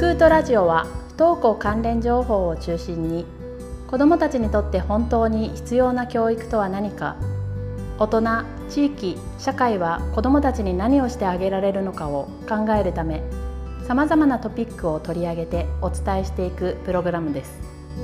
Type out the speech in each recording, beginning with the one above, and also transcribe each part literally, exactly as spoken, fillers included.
クートラジオは不登校関連情報を中心に子どもたちにとって本当に必要な教育とは何か、大人、地域、社会は子どもたちに何をしてあげられるのかを考えるため、さまざまなトピックを取り上げてお伝えしていくプログラムです。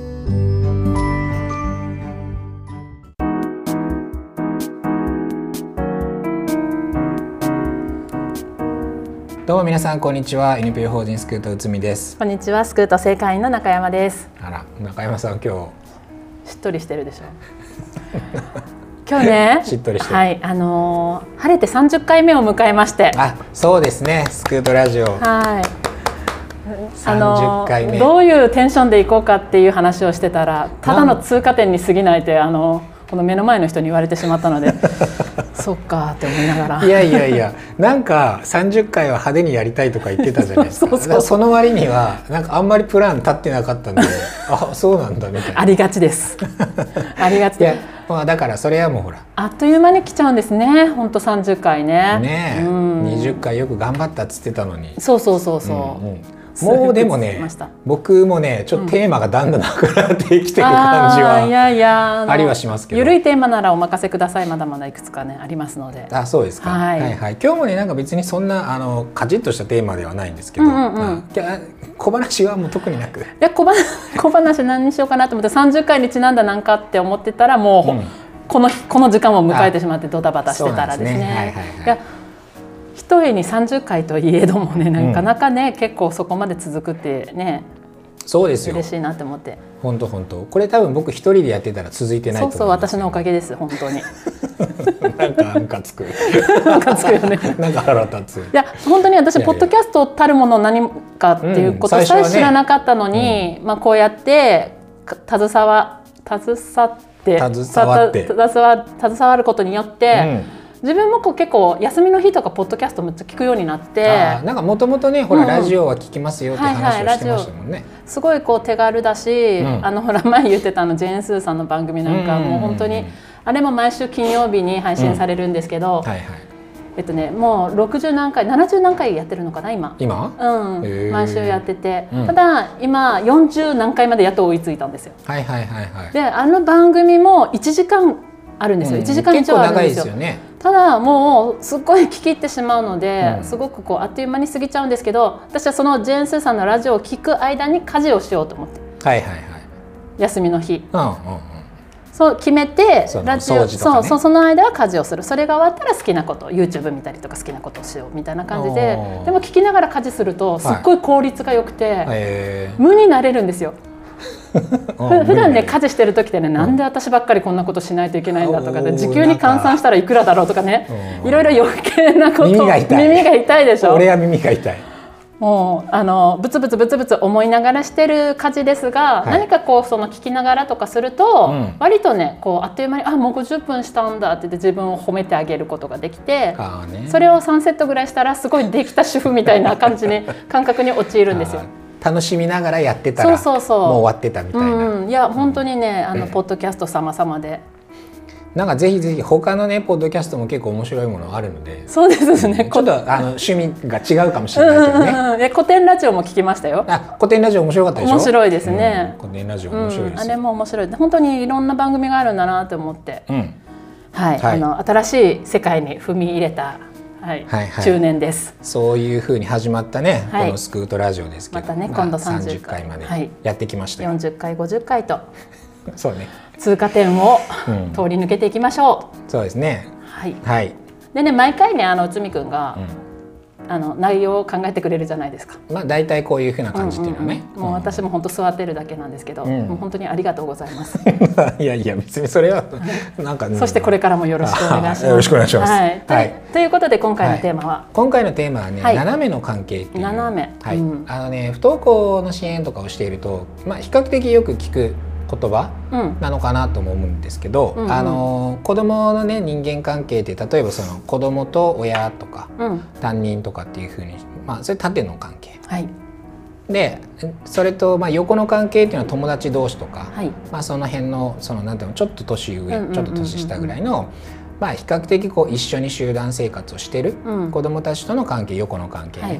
どうも皆さんこんにちは。 エヌピーオー 法人スクート内海です。 こんにちは、スクート正会員の中山です。 あら、中山さん今日しっとりしてるでしょ今日ねしっとりしてる、 はい、あのー、晴れてさんじゅっかいめを迎えまして、 あ、そうですね、スクートラジオ、 はい、 さんじゅっかいめ、 あのー、どういうテンションでいこうかっていう話をしてたら、ただの通過点に過ぎないってあのこの目の前の人に言われてしまったのでそっかって思いながら、 いやいやいや、なんかさんじゅっかいは派手にやりたいとか言ってたじゃないですか。そうそうそう、その割にはなんかあんまりプラン立ってなかったんであ、そうなんだみたいな。 ありがちですありがちで、いや、 まあ、だからそれはもうほらあっという間に来ちゃうんですね。ほんとさんじゅっかいね。 ねえ、うん、にじゅっかいよく頑張ったっつってたのに。 そうそうそうそう、 うんうん、もうでもね、僕もねちょっとテーマがだんだんなくなってきてる感じは、うん、いやいやありはしますけど、 ゆるいテーマならお任せください。まだまだいくつかねありますので。 あ、そうですか、はい、はいはい。今日もねなんか別にそんなあのカチッとしたテーマではないんですけど、うんうんうん、小話はもう特になく、いや 小, 話小話何にしようかなと思ってさんじゅっかいにちなんだなんかって思ってたらもう、うん、このこの時間を迎えてしまってドタバタしてたらですね、いや一重にさんじゅっかいといえどもね、なかなかね、うん、結構そこまで続くってね、 そうですよ、 嬉しいなって思って。 本当本当、これ多分僕一人でやってたら続いてないと思う。 そうそう、私のおかげです本当になんかなんかつくなんかつくよねなんか腹立つ。いや本当に私ポッドキャストたるもの何かっていうことさえ知らなかったのに、うん、まあこうやって携わ携わって携わって携わることによって、うん、自分もこう結構休みの日とかポッドキャストめっちゃ聞くようになって、あ、 なんかもともとねほら、うん、ラジオは聞きますよって話をしてましたもんね。 すごいこう手軽だし、うん、あのほら前言ってたあのジェーン・スーさんの番組なんかもう本当にあれも毎週金曜日に配信されるんですけど、えっとねもうろくじゅう何回ななじゅう何回やってるのかな今。 今？ うん、毎週やってて、うん、ただ今よんじゅう何回までやっと追いついたんですよ。 はいはいはいはい。 であの番組もいちじかんあるんですよ。うん、いちじかん以上あるんですよ。 結構長いですよね。 ただもうすっごい聞き入ってしまうので、うん、すごくこうあっという間に過ぎちゃうんですけど、私はそのジェーン・スーさんのラジオを聞く間に家事をしようと思って、 はいはいはい、 休みの日、 うんうんうん、 そう決めてラジオ、 掃除とかね、 そうそう、その間は家事をする。それが終わったら好きなこと YouTube 見たりとか好きなことをしようみたいな感じで、でも聞きながら家事するとすっごい効率が良くて、はい、無になれるんですよ普段ね家事してる時ってね、なんで私ばっかりこんなことしないといけないんだとかで、時給に換算したらいくらだろうとかね、いろいろ余計なこと、 耳が痛い、 耳が痛いでしょ。 俺は耳が痛い。 もうあのブツブツブツブツ思いながらしてる家事ですが、はい、何かこうその聞きながらとかすると、うん、割とねこうあっという間にあもうごじゅっぷんしたんだって言って自分を褒めてあげることができて、あ、ね、それをさんセットぐらいしたらすごいできた主婦みたいな感じに感覚に陥るんですよ。 楽しみながらやってたらそうそうそう、 もう終わってたみたいな、 うん、いや本当にね、あのポッドキャスト様々で、 なんかぜひぜひ他のねポッドキャストも結構面白いものあるので、 そうですね、 ちょっとあの趣味が違うかもしれないけどねうん、うん、 古典ラジオも聞きましたよ。 あ、古典ラジオ面白かったでしょ。 面白いですね、 うん、古典ラジオ面白いです、 うん、あれも面白い。本当にいろんな番組があるんだなと思って、うん、はい、はい、あの新しい世界に踏み入れた、はいはいはい、中年です。 そういう風に始まったね、はい、このスクートラジオですけど、 またね今度さんじゅっかいまでやってきましたよ、 よんじゅっかいごじゅっかいとそうね、 通過点を通り抜けていきましょう、 うん、そうですね、 はい、 はい、 でね毎回ねあの内海くんが、うん、あの内容を考えてくれるじゃないですか。 まあ大体こういう風な感じっていうのはね、 もう私も本当座ってるだけなんですけど、うん、もう本当にありがとうございますいやいや別にそれはなんか、ね、 そしてこれからもよろしくお願いします。 よろしくお願いします、 はい、はい、ということで今回のテーマは、はい、 今回のテーマはね、はい、斜めの関係っていう、 斜め、 はい、うん、あのね不登校の支援とかをしていると、まあ、比較的よく聞く言葉なのかなとも思うんですけど、うんうん、あの子どもの、ね、人間関係って例えばその子どもと親とか、うん、担任とかっていうふうに、まあ、それ縦の関係、はい、でそれとまあ横の関係っていうのは友達同士とか、はい、まあ、その辺のそのなんていうのちょっと年上、ちょっと年下ぐらいの、まあ、比較的こう一緒に集団生活をしてる子どもたちとの関係、横の関係ね、はい、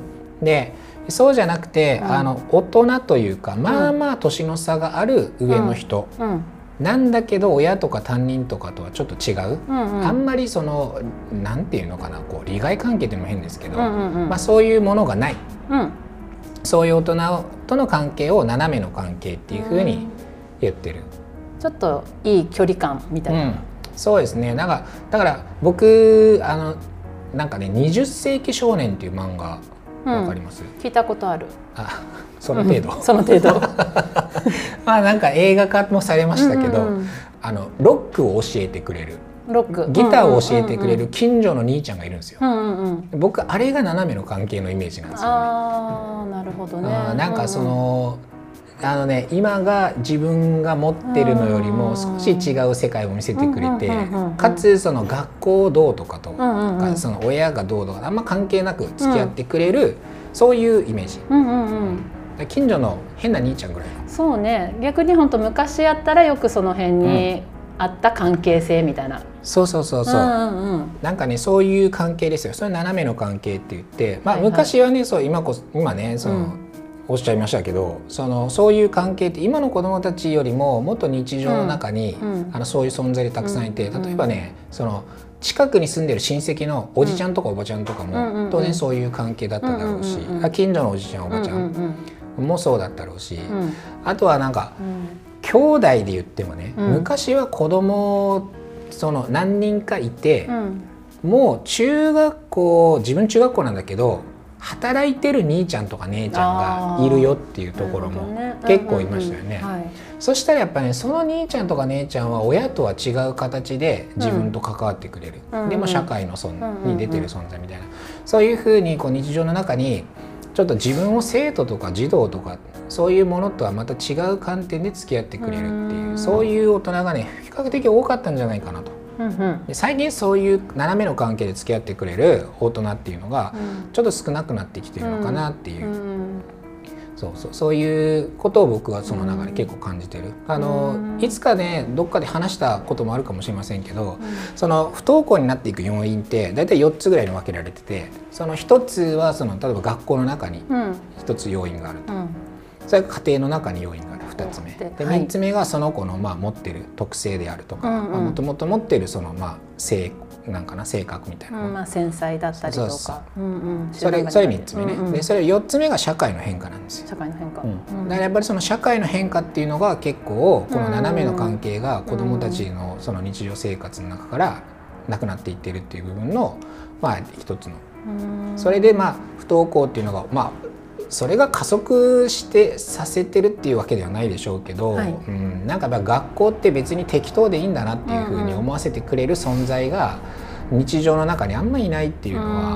でそうじゃなくて、うん、あの大人というか、まあまあ年の差がある上の人、うんうん、なんだけど親とか担任とかとはちょっと違う、うんうん、あんまりそのなんていうのかな、こう利害関係っていうのも変ですけど、うんうんうん、まあ、そういうものがない、うん、そういう大人との関係を斜めの関係っていうふうに言ってる、 うん、ちょっといい距離感みたいな、うん、 そうですね。だからだから僕あのなんかね「にじゅっ世紀少年」っていう漫画わかります、 うん、聞いたことある。 あ、その程度、 うん、その程度まあなんか映画化もされましたけど、うんうんうん、あのロックを教えてくれるロックギターを教えてくれる近所の兄ちゃんがいるんですよ、うんうんうん、僕あれが斜めの関係のイメージなんですよね。 あ、なるほどね。 あ、なんかその、うんうん、あのね、今が自分が持ってるのよりも少し違う世界を見せてくれて、かつその学校どうとかとか、うんうんうん、その親がどうとかあんま関係なく付き合ってくれる、うん、そういうイメージ、うんうんうん、近所の変な兄ちゃんぐらいの。 そうね、逆に本当昔やったらよくその辺にあった関係性みたいな、うん、 そうそうそうそう、うんうん、なんかねそういう関係ですよ。それ斜めの関係って言って、まあ、昔はね、はいはい、そう今こそ今ねその、うん、おっしゃいましたけど、そのそういう関係って今の子どもたちよりももっと日常の中に、うん、あのそういう存在でたくさんいて、うん、例えばねその近くに住んでる親戚のおじちゃんとかおばちゃんとかも当然そういう関係だっただろうし、近所のおじちゃんおばちゃんもそうだったろうし、うん、あとはなんか、うん、兄弟で言ってもね、うん、昔は子供その何人かいて、うん、もう中学校自分中学校なんだけど働いてる兄ちゃんとか姉ちゃんがいるよっていうところも結構いましたよね。そしたらやっぱねその兄ちゃんとか姉ちゃんは親とは違う形で自分と関わってくれる、うん、でも社会の存に出てる存在みたいな、そういうふうにこう日常の中にちょっと自分を生徒とか児童とかそういうものとはまた違う観点で付き合ってくれるっていう、そういう大人がね比較的多かったんじゃないかなと。うんうん、で最近そういう斜めの関係で付き合ってくれる大人っていうのがちょっと少なくなってきてるのかなっていう、うんうん、そうそうそういうことを僕はその中で結構感じてる。あのいつかねどっかで話したこともあるかもしれませんけど、うん、その不登校になっていく要因って大体よっつぐらいに分けられてて、そのひとつはその例えば学校の中にひとつ要因があると、うん、それから家庭の中に要因があるふたつめで、みっつめがその子のまあ持ってる特性であるとか、もともと持ってるそのまあ性なんかな性格みたいな、 うんまあ、繊細だったりとか、 それそれみっつめね、うんうん、でそれよっつめが社会の変化なんですよ。 社会の変化、 うん、だからやっぱりその社会の変化っていうのが結構この斜めの関係が子どもたちのその日常生活の中からなくなっていってるっていう部分のまあ一つの、それでまあ不登校っていうのがまあそれが加速してさせてるっていうわけではないでしょうけど、はい、うん、なんかやっぱ学校って別に適当でいいんだなっていうふうに思わせてくれる存在が日常の中にあんまりいないっていうのは、うん、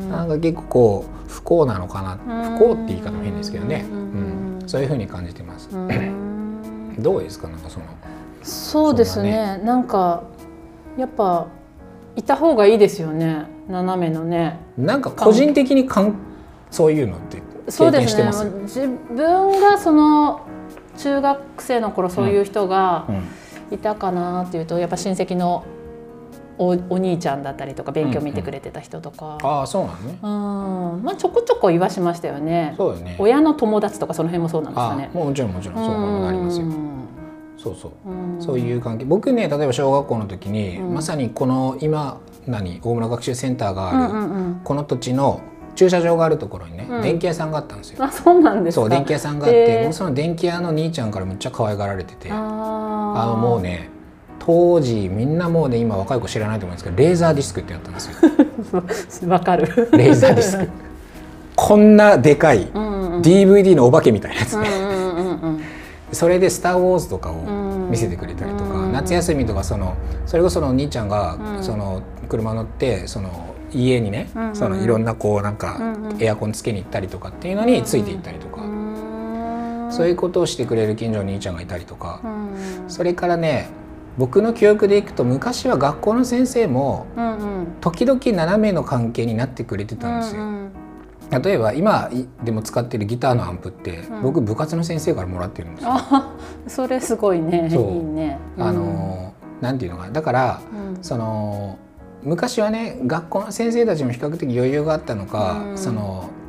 なんか結構こう不幸なのかな、不幸って言い方も変ですけどね、うんうん、そういうふうに感じてます。どうですか、なんかそのそうですね、なんかやっぱいた方がいいですよね、斜めのね。 なんか個人的にかんそういうのって経験してます？ そうですね、自分がその中学生の頃そういう人がいたかなっていうと、やっぱ親戚の お, お兄ちゃんだったりとか勉強見てくれてた人とか、 うんうん、ああそうなのね、 うん、まあ、ちょこちょこ言わしましたよね。 そうよね、 親の友達とかその辺もそうなんですかね。 あもちろんもちろんそういうのがありますよ。そうそう、うん、そういう関係。僕ね例えば小学校の時に、うん、まさにこの今何大村学習センターがある、うんうんうん、この土地の駐車場があるところにね、うん、電気屋さんがあったんですよ。 あ、そうなんですか。 そう、電気屋さんがあって、僕その電気屋の兄ちゃんからむっちゃ可愛がられてて、ああのもうね当時みんなもうね今若い子知らないと思うんですけどレーザーディスクってやったんですよ。 わかる。 レーザーディスクこんなでかい ディーブイディー のお化けみたいなやつね。それで「スター・ウォーズ」とかを見せてくれたりとか、夏休みとかそのそれこそのお兄ちゃんがその車乗ってその家にね、うんうん、そのいろんなこうなんかエアコンつけに行ったりとかっていうのについて行ったりとか、うんうん、そういうことをしてくれる近所の兄ちゃんがいたりとか、うんうん、それからね僕の記憶でいくと昔は学校の先生も時々斜めの関係になってくれてたんですよ。うんうん、例えば今でも使ってるギターのアンプって、うん、僕部活の先生からもらってるんですよ。 あ、それすごいね。いいね。 あのなんていうのかな、だから、うん、その昔はね学校の先生たちも比較的余裕があったのか、うん、その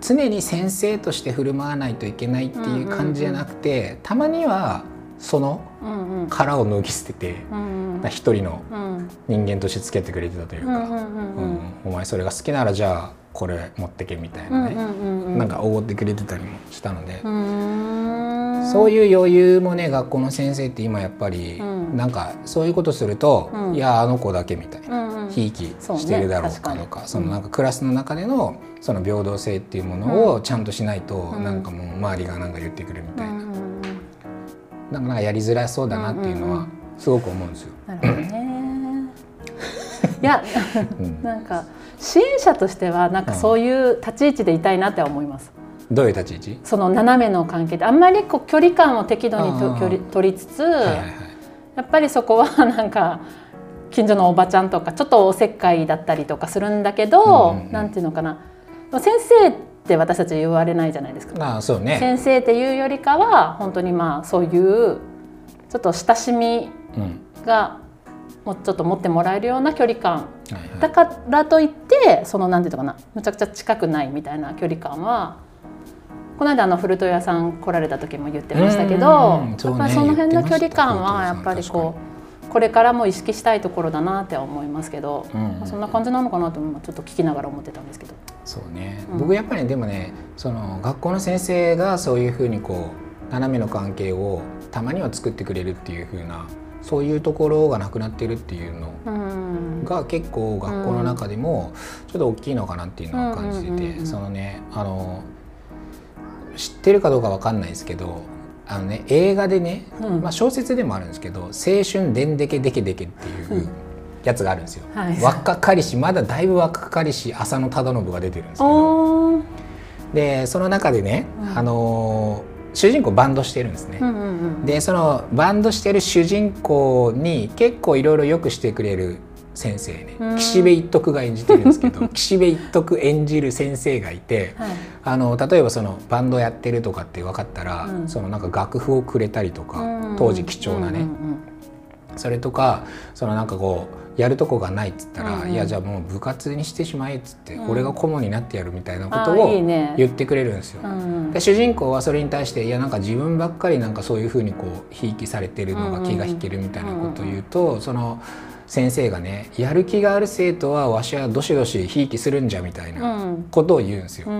常に先生として振る舞わないといけないっていう感じじゃなくて、たまにはその殻を脱ぎ捨てて一人の人間として付き合ってくれてたというか、お前それが好きならじゃあこれ持ってけみたいなね、なんかおごってくれてたりもしたので、そういう余裕もね学校の先生って今やっぱりなんかそういうことすると、いやあの子だけみたいな、ひいきしてるだろうかとか、そのなんかクラスの中でのその平等性っていうものをちゃんとしないと、なんかもう周りがなんか言ってくるみたいな、なんかやりづらそうだなっていうのはすごく思うんですよ。 なるほどね。いや、なんか支援者としてはなんかそういう立ち位置でいたいなって思います。どういう立ち位置？ その斜めの関係であんまりこう距離感を適度にと距離取りつつ、はいはいはい、やっぱりそこはなんか近所のおばちゃんとかちょっとおせっかいだったりとかするんだけど、うんうんうん、なんていうのかな、先生って私たち言われないじゃないですか。 ああ、そうね、 先生っていうよりかは本当にまあそういうちょっと親しみがもうちょっと持ってもらえるような距離感、はいはい、だからといってそのなんていうのかな、むちゃくちゃ近くないみたいな距離感はこの間あの古戸屋さん来られた時も言ってましたけど、やっぱりその辺の距離感はやっぱりこうこれからも意識したいところだなって思いますけど、うんうん、そんな感じなのかなとちょっと聞きながら思ってたんですけど。 そうね、うん、僕やっぱりでもね、その学校の先生がそういうふうにこう斜めの関係をたまには作ってくれるっていうふうな、そういうところがなくなってるっていうのが結構学校の中でもちょっと大きいのかなっていうのは感じてて、そのね、あの知ってるかどうかわかんないですけど、あのね、映画でね、うん、まあ小説でもあるんですけど「青春でんでけでけでけ」っていうやつがあるんですよ、はい、若かりし、まだだいぶ若かりし浅野忠信が出てるんですけど、でその中でね、うん、あの主人公バンドしてるんですね、うんうんうん、でそのバンドしてる主人公に結構いろいろよくしてくれる先生ね、岸辺一徳が演じてるんですけど岸辺一徳演じる先生がいて、はい、あの例えばそのバンドやってるとかって分かったら、うん、そのなんか楽譜をくれたりとか、うん、当時貴重なね、うんうんうん、それとかそのなんかこうやるとこがないっつったら、うんうん、いやじゃあもう部活にしてしまえっつって、うん、俺が顧問になってやるみたいなことを言ってくれるんですよ。いいね、うん、で主人公はそれに対していやなんか自分ばっかりなんかそういうふうにこうひいきされてるのが気が引けるみたいなことを言うと、うんうんうん、その先生がね、やる気がある生徒はわしはどしどしひいきするんじゃみたいなことを言うんですよ、うん、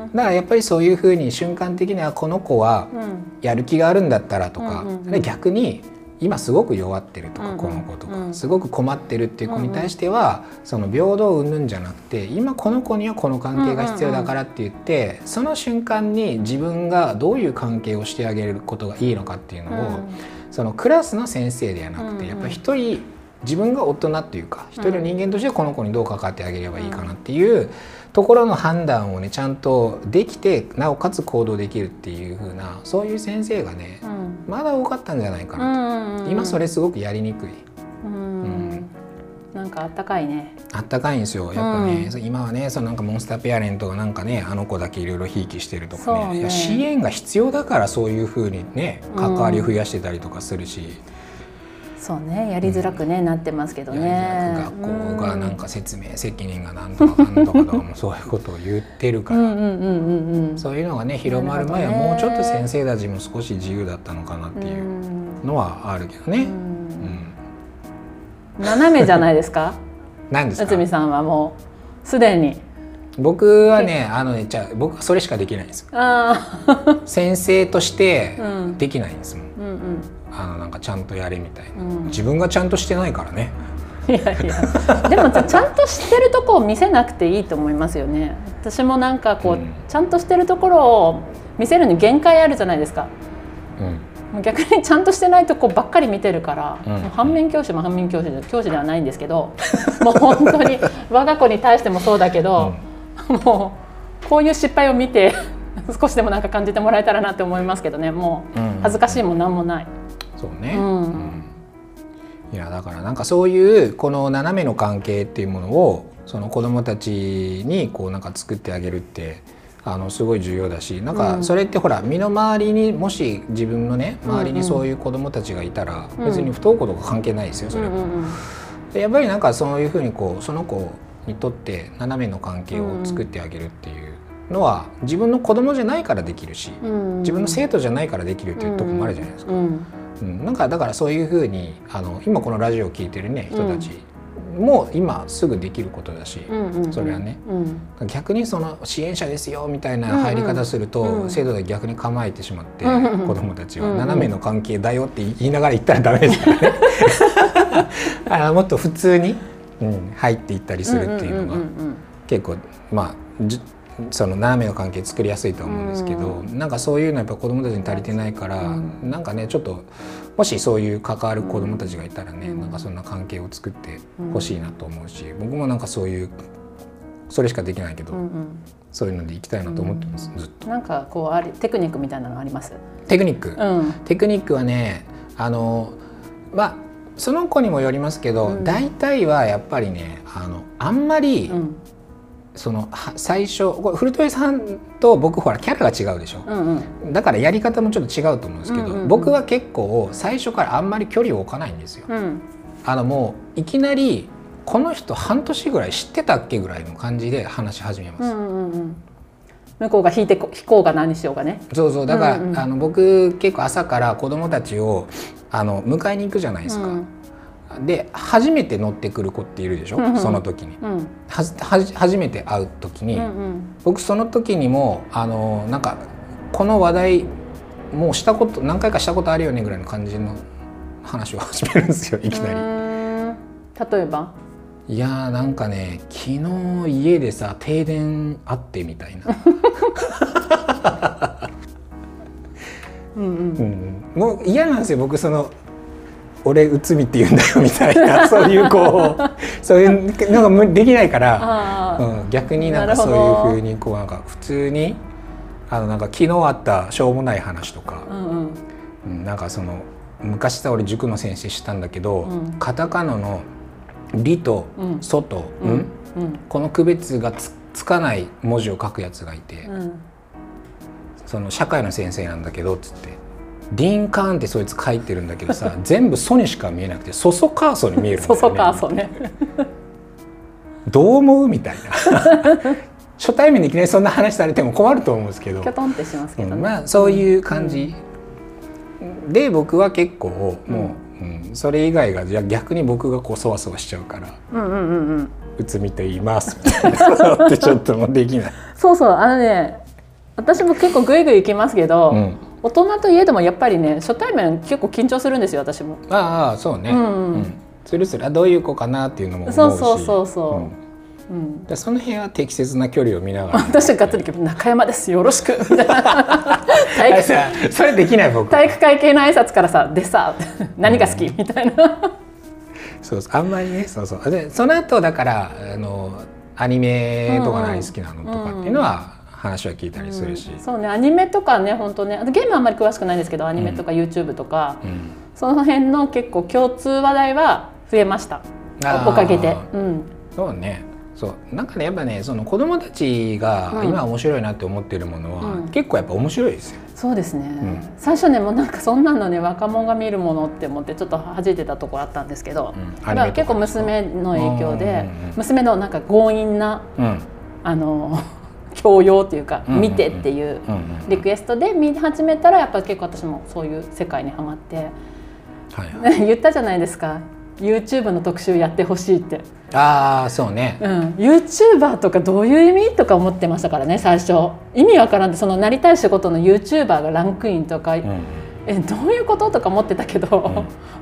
だからやっぱりそういうふうに瞬間的にはこの子はやる気があるんだったらとか、うんうんうん、で逆に今すごく弱ってるとか、うんうん、この子とか、うん、すごく困ってるっていう子に対しては、うんうん、その平等云々じゃなくて今この子にはこの関係が必要だからって言って、うんうんうん、その瞬間に自分がどういう関係をしてあげることがいいのかっていうのを、うん、そのクラスの先生ではなくて、うんうん、やっぱり一人自分が大人っていうか一人の人間としてこの子にどう関わってあげればいいかなっていうところの判断をねちゃんとできて、なおかつ行動できるっていう風なそういう先生がね、うん、まだ多かったんじゃないかなと、うん、今それすごくやりにくい、うんうん、 なんかあったかいね、 あったかいんですよやっぱね、うん、今はねそのなんかモンスターペアレントがなんかねあの子だけいろいろひいきしてるとか ね, ねいや支援が必要だからそういう風にね関わりを増やしてたりとかするし、うんそうね、やりづらく、ねうん、なってますけどね。 学校がなんか説明責任がなんとかなんとかとかもそういうことを言ってるからそういうのがね広まる前はもうちょっと先生たちも少し自由だったのかなっていうのはあるけどね。うんうん、斜めじゃないですか何ですか内海さんはもうすでに。 僕はねあのねじゃあ僕はそれしかできないんですよ。あ先生としてできないんですもん。うんうんうんあのなんかちゃんとやれみたいな、うん、自分がちゃんとしてないからね。 いやいやでもちゃんとしてるとこを見せなくていいと思いますよね。私もなんかこう、うん、ちゃんとしてるところを見せるに限界あるじゃないですか、うん、逆にちゃんとしてないとこばっかり見てるから、うん、もう反面教師も反面教師で教師ではないんですけどもう本当に我が子に対してもそうだけど、うん、もうこういう失敗を見て少しでもなんか感じてもらえたらなって思いますけどね。もう恥ずかしいもなんもない、 そうね、うんうん、いやだからなんかそういうこの斜めの関係っていうものをその子どもたちにこうなんか作ってあげるってあのすごい重要だし、なんかそれってほら身の回りにもし自分のね周りにそういう子どもたちがいたら別に不登校とか関係ないですよそれは。でやっぱりなんかそういうふうにこうその子にとって斜めの関係を作ってあげるっていうのは自分の子供じゃないからできるし、自分の生徒じゃないからできるっていうところもあるじゃないですか。うんうん、なんかだからそういうふうにあの今このラジオを聞いてるね人たちも今すぐできることだし、それはね、うん、逆にその支援者ですよみたいな入り方すると、うんうん、生徒で逆に構えてしまって、うんうん、子どもたちは斜めの関係だよって言いながら言ったらダメですからねあのもっと普通に、うん、入っていったりするっていうのが結構まあその斜めの関係作りやすいと思うんですけど、うん、なんかそういうのはやっぱ子どもたちに足りてないから、うん、なんかねちょっともしそういう関わる子どもたちがいたらね、うん、なんかそんな関係を作ってほしいなと思うし、僕もなんかそういうそれしかできないけど、うんうん、そういうのでいきたいなと思ってます、うん、ずっと。 なんかこうありテクニックみたいなのあります？ テクニック、うん、テクニックはねあのまあその子にもよりますけど、うん、大体はやっぱりねあのあんまり、うんその最初古鳥さんと僕ほらキャラが違うでしょ、うんうん、だからやり方もちょっと違うと思うんですけど、うんうんうん、僕は結構最初からあんまり距離を置かないんですよ、うん、あのもういきなりこの人半年ぐらい知ってたっけぐらいの感じで話し始めます、うんうんうん、 向こうが引いて引こうが何しようがね。 そうそうだから、うんうん、あの僕結構朝から子供たちをあの迎えに行くじゃないですか、うんで初めて乗ってくる子っているでしょ、うんうん、その時に、うん、はは初めて会う時に、うんうん、僕その時にもあのなんかこの話題もうしたこと何回かしたことあるよねぐらいの感じの話を始めるんですよいきなり。 例えばいやーなんかね昨日家でさ停電あってみたいなうんうん、うん、もう嫌なんですよ僕その俺内海って言うんだよみたいなそういうこうそういうのができないから、うん、逆になんかそういう風にこうなんか普通にあのなんか昨日あったしょうもない話とか、うんうん、なんかその昔さ俺塾の先生したんだけど、うん、カタカナのリとソと、うんうんうん、この区別が つ, つかない文字を書くやつがいて、うん、その社会の先生なんだけどっつって。リンカーンってそいつ書いてるんだけどさ全部ソにしか見えなくてソソカーソに見えるんだよね。 ソソカーソねどう思うみたいな初対面でいきなりそんな話されても困ると思うんですけどキョトンってしますけどね、 うん、まあそういう感じ、うん、で僕は結構もう、うんうん、それ以外がじゃ逆に僕がこうそわそわしちゃうからうんうんうんうん内海と言いますみたいなってちょっともできないそうそうあのね私も結構グイグイ行きますけど、うん大人といえどもやっぱりね初対面結構緊張するんですよ私も。 ああそうね、うんうん、するするあどういう子かなっていうのも思うしそうそうそうそう、 うんうん、その辺は適切な距離を見ながら私がっつり中山ですよろしくみたいな体育それできない僕体育会系の挨拶からさでさ何が好き、うん、みたいなそうそうあんまりねそうそうでその後だからあのアニメとか何好きなのとかっていうのは、うん話は聞いたりするし、 うん、そうねアニメとかね本当ねゲームはあんまり詳しくないんですけどアニメとか YouTube とか、うん、その辺の結構共通話題は増えましたおかげで、うん、 そうねそうなんかねやっぱねその子供たちが今面白いなって思ってるものは、うん、結構やっぱ面白いですよ。 そうですね、うん、最初ねもうなんかそんなのね若者が見るものって思ってちょっと弾いてたところあったんですけど、うん、結構娘の影響で、うんうんうん、娘のなんか強引な、うん、あの教養っていうか見てっていうリクエストで見始めたらやっぱり結構私もそういう世界にはまって、はいはい、言ったじゃないですか YouTube の特集やってほしいって。 ああそうね、 うん、YouTuber とかどういう意味とか思ってましたからね最初意味わからんでそのなりたい仕事の YouTuber がランクインとか、うん、えどういうこととか思ってたけど、うん、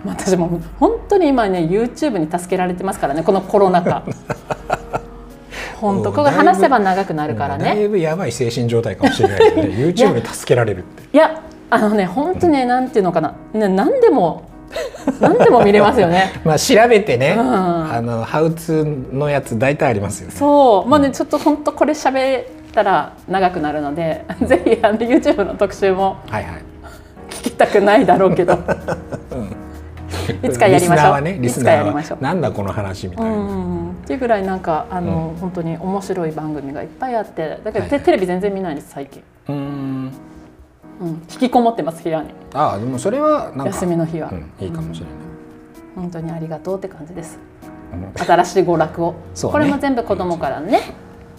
私も本当に今ね YouTube に助けられてますからねこのコロナ禍本当ここ話せば長くなるからねだいぶやばい精神状態かもしれないですねYouTube に助けられるっていやあのね本当ね、うん、なんていうのかな、ね、何でも何でも見れますよねまあ調べてね、うん、あのハウツーのやつ大体ありますよねそう、まあね、ちょっと本当これ喋ったら長くなるのでぜひあの YouTube の特集も聞きたくないだろうけど、うんいつかやりましょう。 ね、いつかやりましょう。なんだこの話みたいな。うん、 っていうぐらいなんかあの、うん、本当に面白い番組がいっぱいあって、だから、はいはい、テレビ全然見ないです最近。うん、うん、引きこもってます部屋に。 ああでもそれはなんか休みの日は、 うん、いいかもしれない、 うん。本当にありがとうって感じです。うん、新しい娯楽を、ね、これも全部子供からね、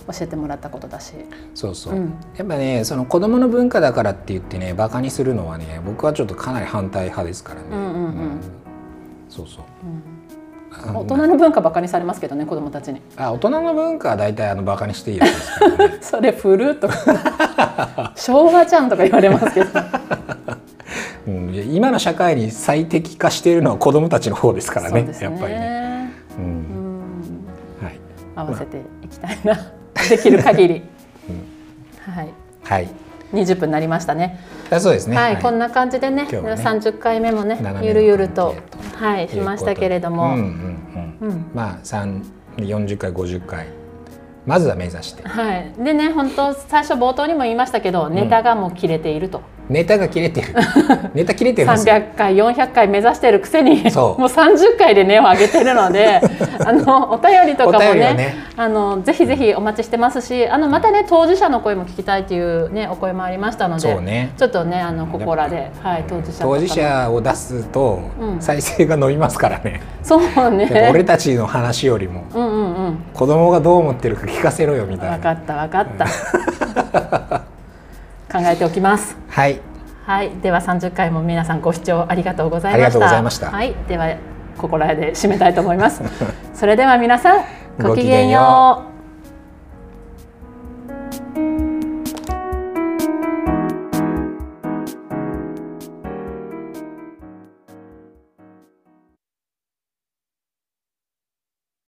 教えてもらったことだし。 そうそう、うん、やっぱねその子どもの文化だからって言ってねバカにするのはね僕はちょっとかなり反対派ですからね。うんうんうんうん、そうそう、 うん、大人の文化バカにされますけどね子どもたちに。 あ大人の文化は大体あのバカにしていいやつですからねそれ古とか昭和ちゃんとか言われますけどうん、今の社会に最適化しているのは子どもたちの方ですから ね, ねやっぱりね、うんうんはい、合わせていきたいな、まあ、できる限り、うんはいはい、にじゅっぷんになりましたね。 あそうですね、 はいはい、こんな感じで ね, ねさんじゅっかいめもねゆるゆると、はい、しましたけれども、うんうんうんうん、まあよんじゅっかいごじゅっかいまずは目指して、 はい、でね本当最初冒頭にも言いましたけどネタがもう切れていると、 うん、ネタが切れてるネタ切れてるんですよ。 さんびゃっかいよんひゃっかい目指してるくせにもうさんじゅっかいで値を上げてるのであのお便りとかも ね, ねあのぜひぜひお待ちしてますしあのまたね当事者の声も聞きたいという、ね、お声もありましたので、ね、ちょっとねあのここらで、はい、当事者とか当事者を出すと再生が伸びますからね、 うん、そうね俺たちの話よりも、うんうんうん、子供がどう思ってるか聞かせろよみたいな。 分かった分かった考えておきます。 はい、 はい、ではさんじゅっかいも皆さんご視聴ありがとうございました。 ありがとうございました。 はい、ではここらで締めたいと思いますそれでは皆さんごきげんよう。